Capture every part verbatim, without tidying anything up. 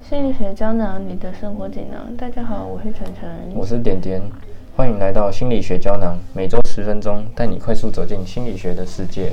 心理学胶囊，你的生活锦囊。大家好，我是晨晨， 我是点点，欢迎来到心理学胶囊，每周十分钟，带你快速走进心理学的世界。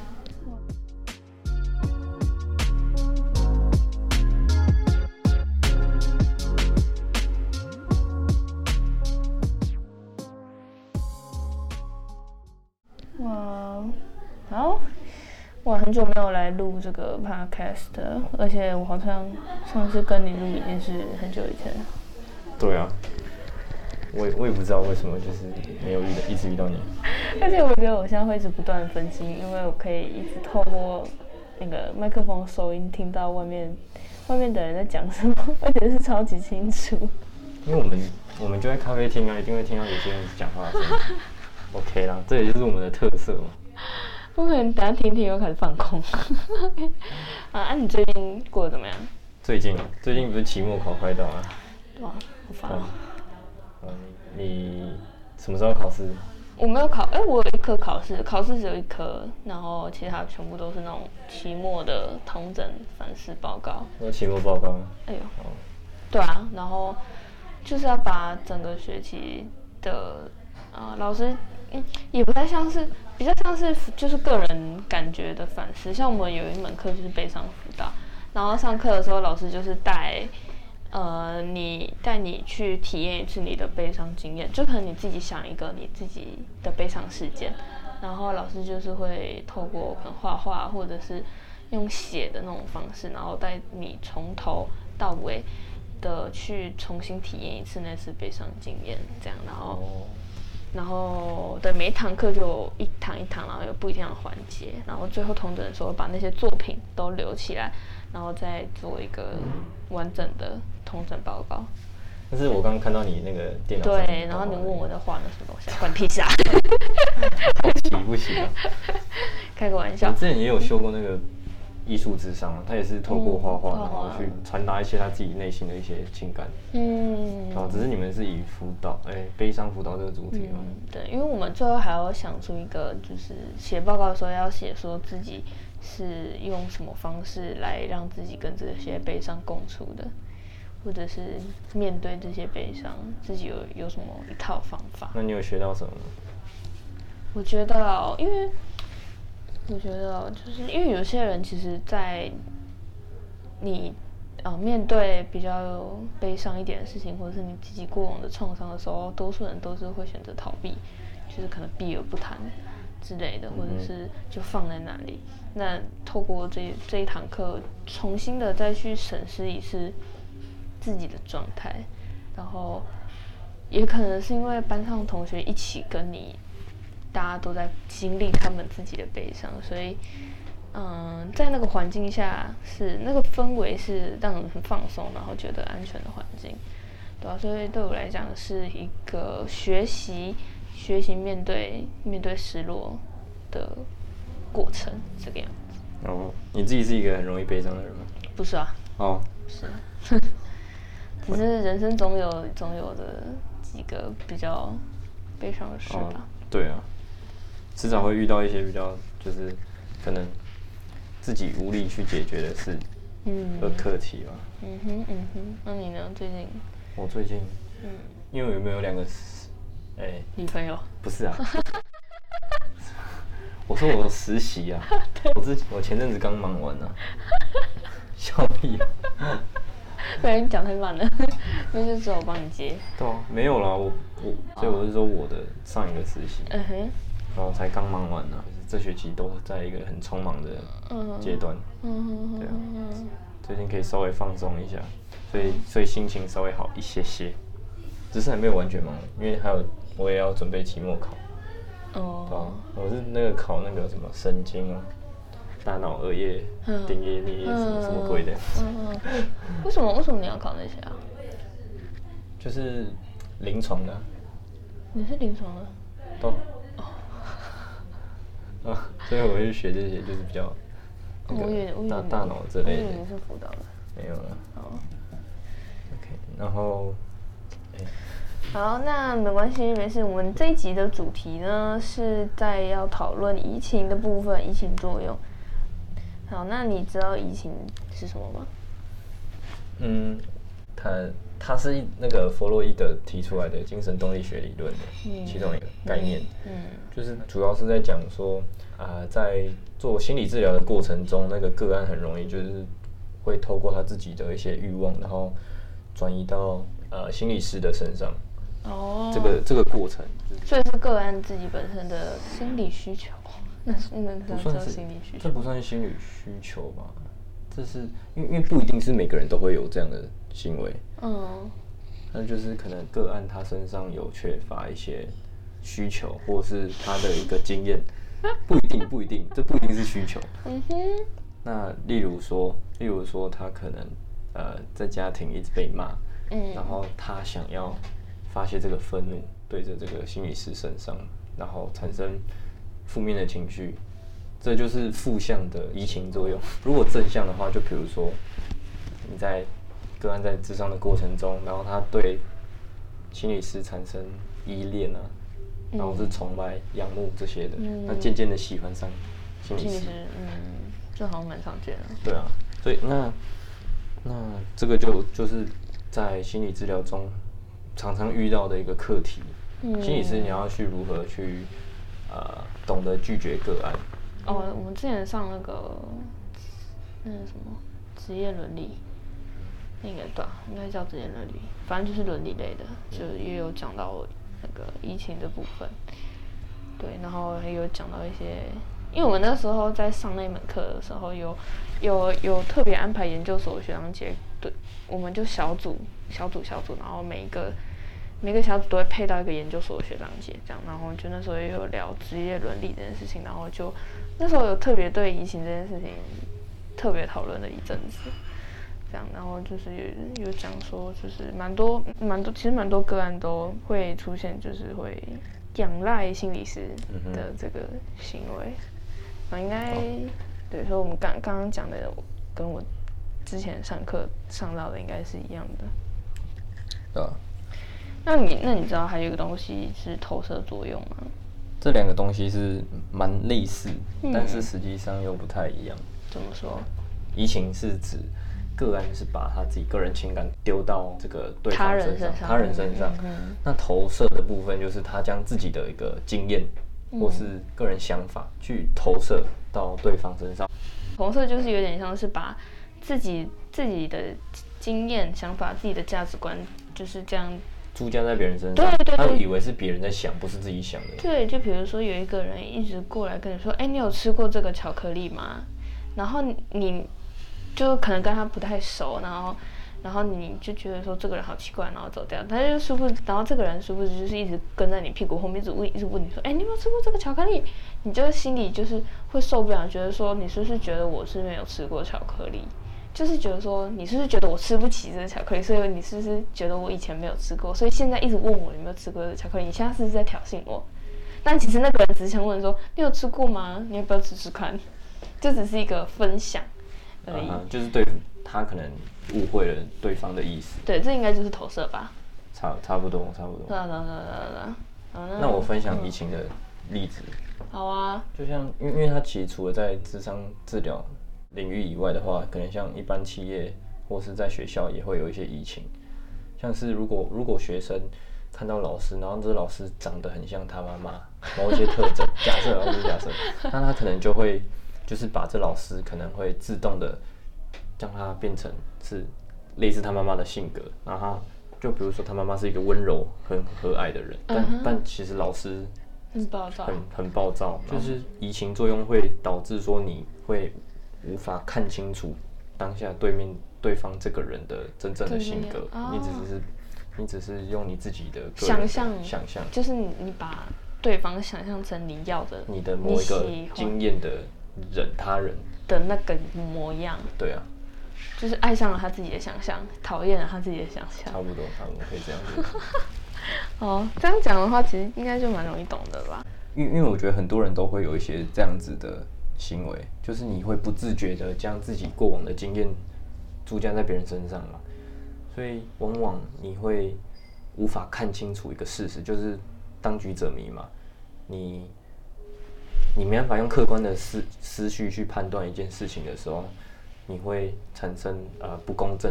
哇，好。我很久没有来录这个 podcast 了，而且我好像上次跟你录已经是很久以前了。 对啊，我也我也不知道为什么，就是没有遇到，一直遇到你。 而且我觉得我现在会一直不断分心，因为我可以一直透过那个麦克风收音听到外面外面的人在讲什么，而且是超级清楚。 因为我们我们就在咖啡厅啊，一定会听到有些人讲话的声音。OK 啦，这也就是我们的特色嘛。 不可能等下听听又开始放空。啊，啊你最近过得怎么样？ 最近最近不是期末考快到了？ 哇，好烦哦。 嗯，你什么时候考试？ 我没有考，哎、欸，我有一科考试，考试只有一科，然后其他全部都是那种期末的统整反思报告。 有期末报告？ 哎呦，哦、对啊，然后就是要把整个学期的啊、呃、老师。嗯，也不太像是，比较像是就是个人感觉的反思。像我们有一门课就是悲伤辅导，然后上课的时候老师就是带，呃，你带你去体验一次你的悲伤经验，就可能你自己想一个你自己的悲伤事件，然后老师就是会透过可能画画或者是用写的那种方式，然后带你从头到尾的去重新体验一次那次悲伤经验，这样，然后。然后对每一堂课就有一堂一堂，然后有不一样的环节，然后最后统整的时候把那些作品都留起来，然后再做一个完整的统整报告。 但是我刚刚看到你那个电脑上对，然后你问我在画那什么东西，关屁事啊！ 好奇不行啊！ 开个玩笑。 我之前也有修过那个艺术智商，他也是透过画画，嗯、然后去传达一些他自己内心的一些情感。嗯，啊，只是你们是以辅导，哎、欸，悲伤辅导这个主题嘛、嗯。 对，因为我们最后还要想出一个，就是写报告的时候要写说自己是用什么方式来让自己跟这些悲伤共处的，或者是面对这些悲伤，自己有有什么一套方法。 那你有学到什么吗？ 我觉得，因为。我觉得就是因为有些人其实，在你呃面对比较悲伤一点的事情，或者是你自己过往的创伤的时候，多数人都是会选择逃避，就是可能避而不谈之类的，或者是就放在那里。那透过这这一堂课，重新的再去审视一次自己的状态，然后也可能是因为班上同学一起跟你。大家都在经历他们自己的悲伤，所以，嗯，在那个环境下是那个氛围是让人很放松，然后觉得安全的环境，对吧、啊？所以对我来讲是一个学习、学习面对面对失落的过程，这个样子。 哦，你自己是一个很容易悲伤的人吗？ 不是啊。 哦， 不是、啊，只是人生总有总有的几个比较悲伤的事吧。 哦、对啊。迟早会遇到一些比较，就是可能自己无力去解决的事，嗯，的课题吧。 嗯哼嗯哼，那你呢？最近？ 我最近，嗯，因为我有没有两个，哎、欸， 女朋友？ 不是啊，我说我实习啊，我之我前阵子刚忙完啊，笑屁啊！ 不然你讲太慢了，那就只有我帮你接。 对啊，没有啦，我我，所以我是说我的上一个实习。嗯哼。然后才刚忙完呢、啊，这学期都在一个很匆忙的阶段，嗯，对啊，最近可以稍微放松一下，所以所以心情稍微好一些些，只是还没有完全忙，因为还有我也要准备期末考，哦，对啊，我是那个考那个什么神经啊，大脑额叶、顶叶、颞叶什么什么鬼的， 嗯嗯，为什么为什么你要考那些啊？ 就是临床的、啊， 你是临床的？ 都。啊，所以我会去学这些，就是比较那个大大脑之类的。 我以为你是辅导的。 没有了。好。OK， 然后，欸、 好，那没关系，没事。我们这一集的主题呢，是在要讨论移情的部分，移情作用。好，那你知道移情是什么吗？ 嗯，他他是那个弗洛伊德提出来的精神动力学理论的其中一个概念，嗯，嗯就是主要是在讲说，啊、呃，在做心理治疗的过程中，那个个案很容易就是会透过他自己的一些欲望，然后转移到呃心理师的身上。哦，这个这个过程、就是， 所以是个案自己本身的心理需求，那那不算是心理需求， 这不算是心理需求吧？这是因为因为不一定是每个人都会有这样的行为，嗯，那就是可能个案他身上有缺乏一些需求，或是他的一个经验，不一定不一定，这不一定是需求。嗯哼。那例如说，例如说他可能呃在家庭一直被骂，嗯，然后他想要发泄这个愤怒对着这个心理师身上，然后产生负面的情绪。这就是负向的移情作用。如果正向的话，就比如说你在个案在諮商的过程中，然后他对心理师产生依恋啊，然后是崇拜、仰慕这些的，嗯、那渐渐的喜欢上心理师。 嗯，这好像蛮常见的。 对啊，所以那那这个就就是在心理治疗中常常遇到的一个课题。嗯、心理师你要去如何去呃懂得拒绝个案。 哦，我们之前上那个那是什么职业伦理，那个对、啊，应该叫职业伦理，反正就是伦理类的，就也有讲到那个疫情的部分，对，然后也有讲到一些，因为我们那时候在上那门课的时候有，有有有特别安排研究所的学长姐，对，我们就小组小组小组，然后每一个。每个小组都会配到一个研究所的学长姐，这样，然后就那时候也有聊职业伦理这件事情，然后就那时候有特别对移情这件事情特别讨论了一阵子，这样，然后就是有有讲说，就是蛮多蛮多，其实蛮多个案都会出现，就是会仰赖心理师的这个行为，啊，应该对，所以我们刚刚刚讲的跟我之前上课上到的应该是一样的， 对啊。 那你那你知道还有一个东西是投射作用吗？ 这两个东西是蛮类似，嗯、但是实际上又不太一样。 怎么说？ 移情是指个案是把他自己个人情感丢到这个对方身上，他人身上。嗯嗯、那投射的部分就是他将自己的一个经验、嗯、或是个人想法去投射到对方身上。 投射就是有点像是把自己自己的经验、想法、自己的价值观就是这样。 注加在别人身上， 对对对， 他以为是别人在想，不是自己想的。 对，就比如说有一个人一直过来跟你说：“哎、欸，你有吃过这个巧克力吗？”然后你就可能跟他不太熟，然后然后你就觉得说这个人好奇怪，然后走掉。他就殊不，然后这个人殊不知就是一直跟在你屁股后面，一直问，一直问你说：“哎、欸，你有没有吃过这个巧克力？”你就心里就是会受不了，觉得说你是不是觉得我是没有吃过巧克力？就是觉得说，你是不是觉得我吃不起这个巧克力？所以你是不是觉得我以前没有吃过？所以现在一直问我有没有吃过这个巧克力？你现在是不是在挑衅我？但其实那个人只是想问说，你有吃过吗？你要不要吃吃看？就只是一个分享而已。 Uh-huh, 就是对他可能误会了对方的意思。 对，这应该就是投射吧？ 差差不多，差不多。 对啊，对啊，对啊，对啊。 那, 那我分享移情的例子。 好啊。 就像，因为因为他其实除了在諮商治疗领域以外的话，可能像一般企业或是在学校也会有一些移情，像是如果如果学生看到老师，然后这个老师长得很像他妈妈某一些特征，假设啊，就是假设，那他可能就会就是把这老师可能会自动的将他变成是类似他妈妈的性格，然后就比如说他妈妈是一个温柔很和蔼的人，但、uh-huh. 但其实老师很暴躁， 很很暴躁，就是移情作用会导致说你会无法看清楚当下对面对方这个人的真正的性格，哦、你只是你只是用你自己的个人的想象， 想象， 就是你你把对方想象成你要的， 你的某一个经验的人，他人的那个模样。 对啊， 就是爱上了他自己的想象，讨厌了他自己的想象。 差不多，差不多可以这样子。 哦，这样讲的话，其实应该就蛮容易懂的吧？ 因因为我觉得很多人都会有一些这样子的行为，就是你会不自觉的将自己过往的经验注加在别人身上嘛，所以往往你会无法看清楚一个事实，就是当局者迷嘛，你你没办法用客观的思思绪去判断一件事情的时候，你会产生呃不公正的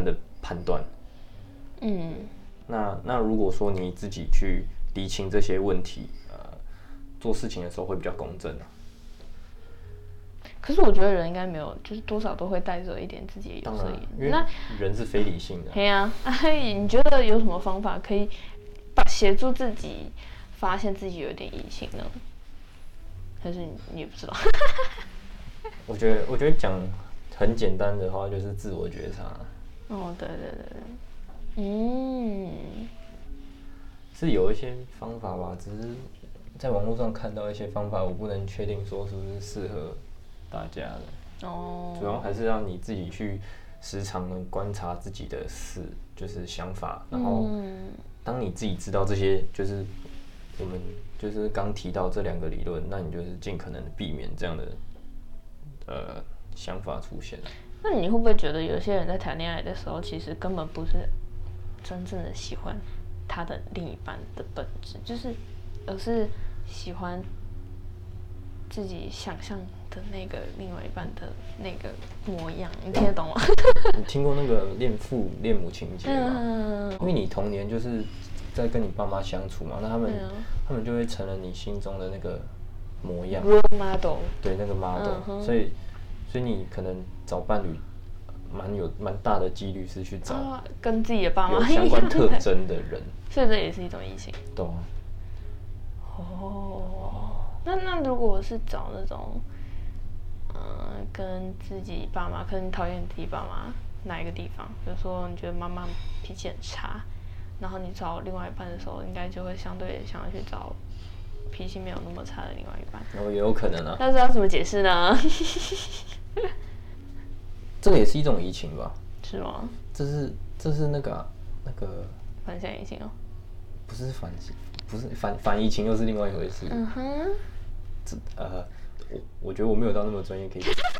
判断。 嗯。 那那如果说你自己去厘清这些问题，呃，做事情的时候会比较公正啊。 可是我觉得人应该没有，就是多少都会带着一点自己的有色眼镜。 那人是非理性的。 对啊，哎，你觉得有什么方法可以把协助自己发现自己有点疑心呢？还是你也不知道？ 我觉得，我觉得讲很简单的话，就是自我觉察。 哦，对对对对，嗯， 是有一些方法吧，只是在网络上看到一些方法，我不能确定说是不是适合大家的。哦，主要还是让你自己去时常的观察自己的事，就是想法，然后当你自己知道这些，就是我们就是刚提到这两个理论，那你就是尽可能的避免这样的呃想法出现。 那你会不会觉得有些人在谈恋爱的时候，其实根本不是真正的喜欢他的另一半的本质，就是而是喜欢自己想象的那个另外一半的那个模样？你听得懂吗？ 你听过那个恋父恋母情节吗？嗯、因为你童年就是在跟你爸妈相处嘛，那他们、嗯、他们就会成了你心中的那个模样 ，role model。 对，那个 model，、嗯、所以所以你可能找伴侣。蛮有蛮大的几率是去找、啊、 跟自己的爸妈有相关特征的人， 所以这也是一种异性。 懂啊。 哦，那那如果是找那种，嗯、呃，跟自己爸妈，可能你讨厌你自己爸妈哪一个地方？比如说你觉得妈妈脾气很差，然后你找另外一半的时候，应该就会相对想要去找脾气没有那么差的另外一半。 哦，也有可能啊。 但是要怎么解释呢？ 这个也是一种移情吧？ 是吗？ 这是这是那个、啊、那个反向移情哦？ 不是反不是反反移情又是另外一回事。 嗯哼。 这呃，我我觉得我没有到那么专业可以。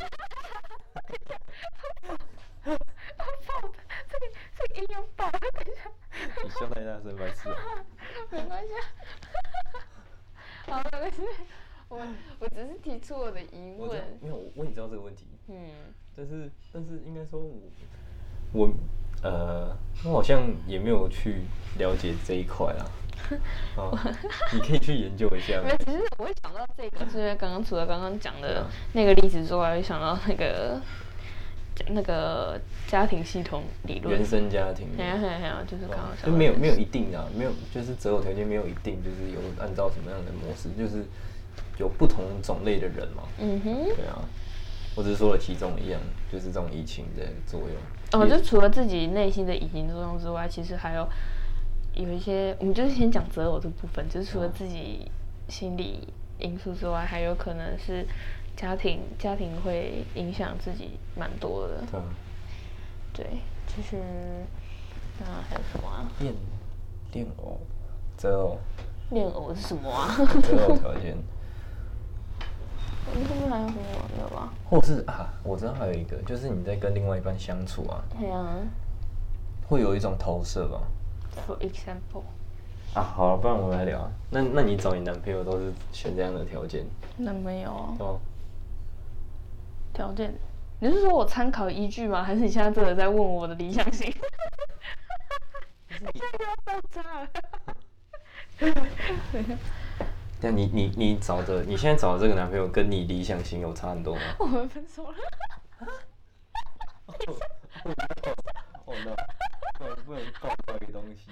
这个这个音用爆，等一下。 你笑太大声，白痴。 没关系。好，没关系。我我只是提出我的疑问。 因为我我也知道这个问题。 嗯。 但是但是应该说我，我呃，我好像也没有去了解这一块啦。哦，你可以去研究一下。 没有，其实我会想到这个，是因为刚刚除了刚刚讲的那个例子之外，我会想到那个那个家庭系统理论。 原生家庭。 还有还有还有，就是刚刚就没有没有一定的，没有就是择偶条件没有一定，就是有按照什么样的模式，就是有不同种类的人嘛。嗯哼。对啊。我只是说了其中一样，就是这种移情的作用。 哦，就除了自己内心的移情作用之外，其实还有有一些，我们就是先讲择偶这部分，就是除了自己心理因素之外，还有可能是家庭，家庭会影响自己蛮多的。对。对，就是那还有什么啊？ 恋恋偶，择偶。 恋偶是什么啊？ 择偶条件。 你后面还有什么没有吧？ 或是啊，我知道还有一个，就是你在跟另外一半相处啊，对啊，会有一种投射吧 ？For example。 啊，好了，不然我们来聊啊。那那你找你男朋友都是选这样的条件？ 男朋友啊？ 哦。 条件？你是说我参考依据吗？还是你现在真的在问我的理想型？这个要爆炸了。 但你你你找的，你现在找的这个男朋友跟你理想型有差很多吗？ 我们分手了。 哦 no， 不能不能爆出一个东西。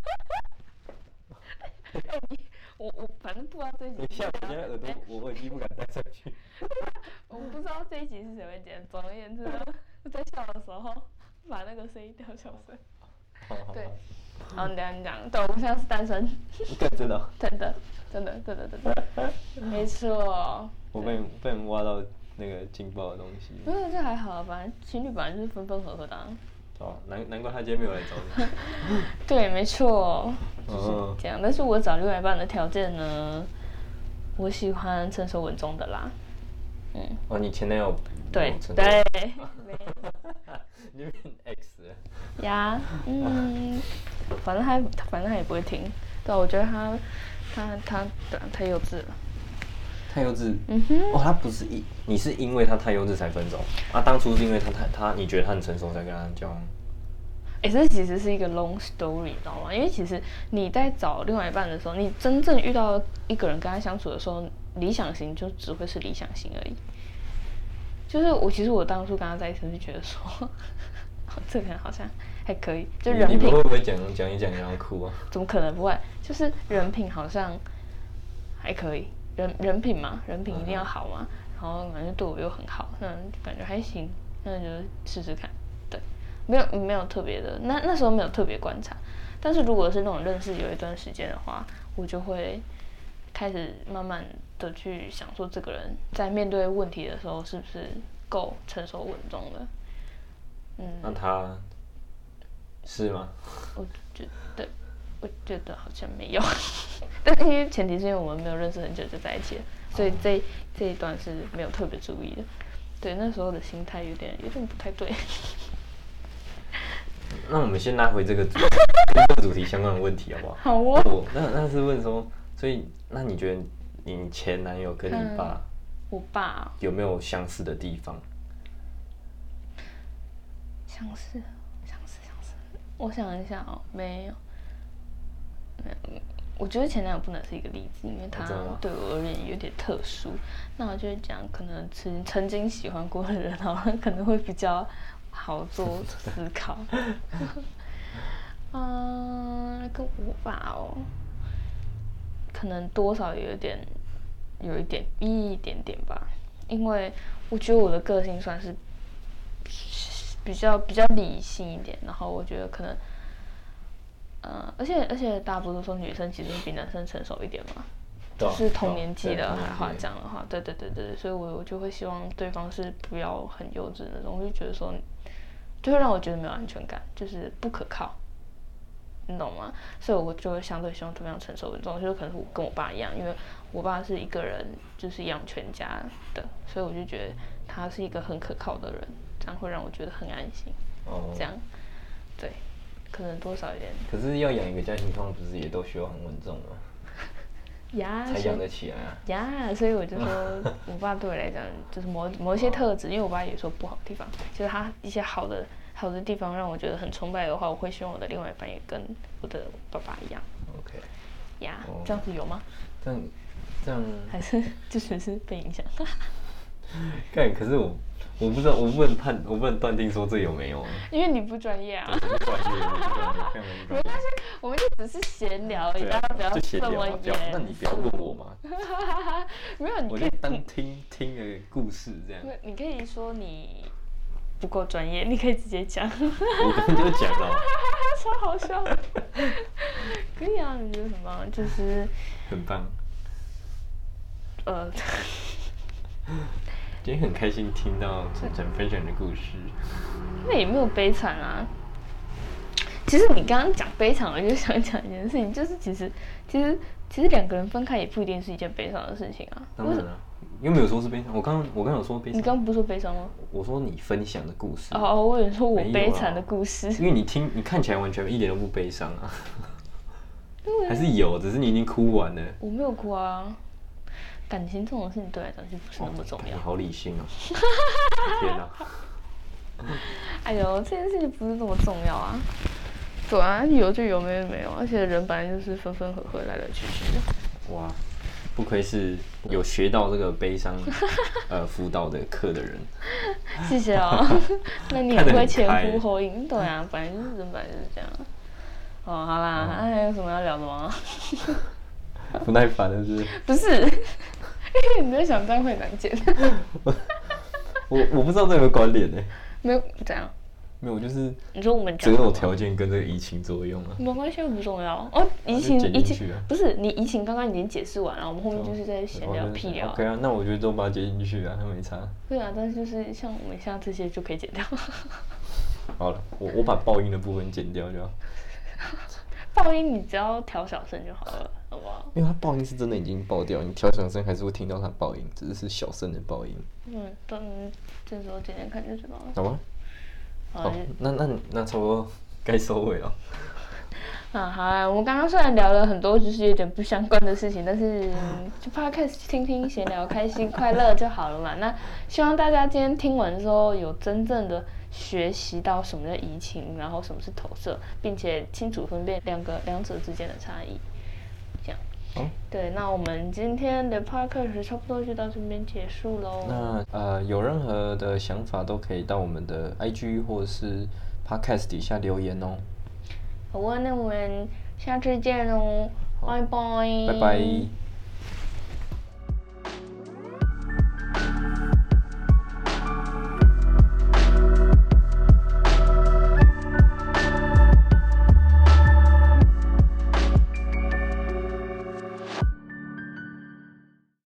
哎、你我我反正不知道这一集。 等一下，我现在耳朵我耳机不敢戴上去。 我不知道这一集是谁会剪。总而言之呢，在笑的时候把那个声音调小声。 好好好。 对。然后你这样讲，对，我们现在是单身。 对，真的。 真的。真的，真的，真的，没错。 我被被人挖到那个劲爆的东西。 不是，这还好，反正情侣本来就是分分合合的、啊。 哦，难难怪他今天没有来找你。 对，没错，就是这样。但是我找另外一半的条件呢，我喜欢成熟稳重的啦。嗯。 哦，你前男友。 对对。 你变 X 了。 呀，嗯，反正他反正他也不会听。对，我觉得他。他他太幼稚了， 太幼稚。嗯哼。哦，他不是因你是因为他太幼稚才分手啊？当初是因为他太他你觉得他很成熟才跟他交往？ 哎、欸，这其实是一个 long story， 你知道吗？因为其实你在找另外一半的时候，你真正遇到一个人跟他相处的时候，理想型就只会是理想型而已。就是我其实我当初跟他在一起就觉得说，这个人好像还可以，就人品。 你们会不会讲讲一讲然后哭啊？ 怎么可能不会？就是人品好像还可以，人人品嘛，人品一定要好嘛。然后感觉对我又很好，那感觉还行，那就试试看。对，没有没有特别的，那那时候没有特别观察。但是如果是那种认识有一段时间的话，我就会开始慢慢的去想说，这个人在面对问题的时候是不是够成熟稳重的。嗯， 那他是吗？ 我觉得，我觉得好像没有，但因为前提是因为我们没有认识很久就在一起了，所以这这一段是没有特别注意的。对，那时候的心态有点有点不太对。 那我们先拉回这个主题跟这个主题相关的问题好不好？ 好哦。 我那那是问说，所以那你觉得你前男友跟你爸，嗯、 我爸有没有相似的地方？ 相似，相似，相似。我想一下哦，没有，没有。我觉得前男友不能是一个例子，因为他对我而言有点特殊。那我就会讲，可能曾曾经喜欢过的人，好像可能会比较好做思考。嗯，跟我爸哦，可能多少有一点，有一点一点点吧。因为我觉得我的个性算是比较比较理性一点，然后我觉得可能。呃，而且而且大家不是说女生其实比男生成熟一点嘛，就是同年纪的话这样的话，对对对对，所以我我就会希望对方是不要很幼稚的那种，我就觉得说，就会让我觉得没有安全感，就是不可靠，你懂吗？所以我就会相对希望对方成熟稳重，就是可能我跟我爸一样，因为我爸是一个人就是养全家的，所以我就觉得他是一个很可靠的人，这样会让我觉得很安心，哦、这样，对。可能多少一点。 可是要养一个家庭，通常不是也都需要很稳重吗？ 呀， 才养得起来啊。 呀，所以我就说，我爸对我来讲，就是某某一些特质，因为我爸也说不好的地方，就是他一些好的好的地方让我觉得很崇拜的话，我会希望我的另外一半也跟我的爸爸一样。 OK。 呀，这样子有吗？ 这样，这样。 还是就只是被影响？ 干，可是我。我不知道，我不能判，我不能断定说这有没有。 因为你不专业啊。 我不专业，我不专业，非常不专业。 没关系，我们就只是闲聊而已，大家不要这么严。 那你不要问我嘛。 没有，你可以当听听个故事这样。 你可以说你不够专业，你可以直接讲。 我刚刚就讲了。 超好笑。可以啊，你觉得什么？就是很棒。 呃。 今天很开心听到晨晨分享的故事。 那也没有悲惨啊。其实你刚刚讲悲惨，我就想讲一件事情，就是其实其实其实两个人分开也不一定是一件悲伤的事情啊。 当然了，又没有说是悲伤。我刚刚我刚刚有说悲伤。 你刚刚不是说悲伤吗？ 我说你分享的故事。 哦，我以为说我悲惨的故事。 因为你听，你看起来完全一点都不悲伤啊。还是有，只是你已经哭完了。 我没有哭啊。感情这种事情对来讲就不是那么重要。 你好理性哦！天哪！ 哎呦，这件事情不是这么重要啊。对啊，有就有，没有没有，而且人本来就是分分合合，来来去去的。 哇，不愧是有学到这个悲伤呃辅导的课的人。 谢谢哦。那你也会前呼后应，对啊，本来就是人本来就是这样。哦，好啦，那、嗯、还有什么要聊的吗？ 不耐烦的是？ 不是，因为你在想这样会难剪。 我我不知道这有没有关联呢、欸。 没有，怎样？ 没有，就是你说我们择偶条件跟这个移情作用啊。 没关系，不重要。哦，移情移情不是你移情，刚刚已经解释完了，我们后面就是在闲聊屁聊。 OK 啊，那我觉得都把它接进去啊，那没差。 对啊，但是就是像我们像这些就可以剪掉。 好了，我我把爆音的部分剪掉就好。 爆音你只要调小声就好了，好不好？ 因为它爆音是真的已经爆掉，你调小声还是会听到它爆音，只是是小声的爆音。 嗯，等这时候剪剪看就知道了。 好吗？好，那那那差不多该收尾了。 啊，好啊，我们刚刚虽然聊了很多就是有点不相关的事情，但是就怕开始听听闲聊，开心快乐就好了嘛。那希望大家今天听完之后有真正的学习到什么是移情，然后什么是投射，并且清楚分辨两个两者之间的差异。这样。 好。 对，那我们今天的 podcast 差不多就到这边结束喽。 那呃，有任何的想法都可以到我们的 I G 或者是 podcast 底下留言哦。 好啊，那我们下次见喽，拜拜。 拜拜。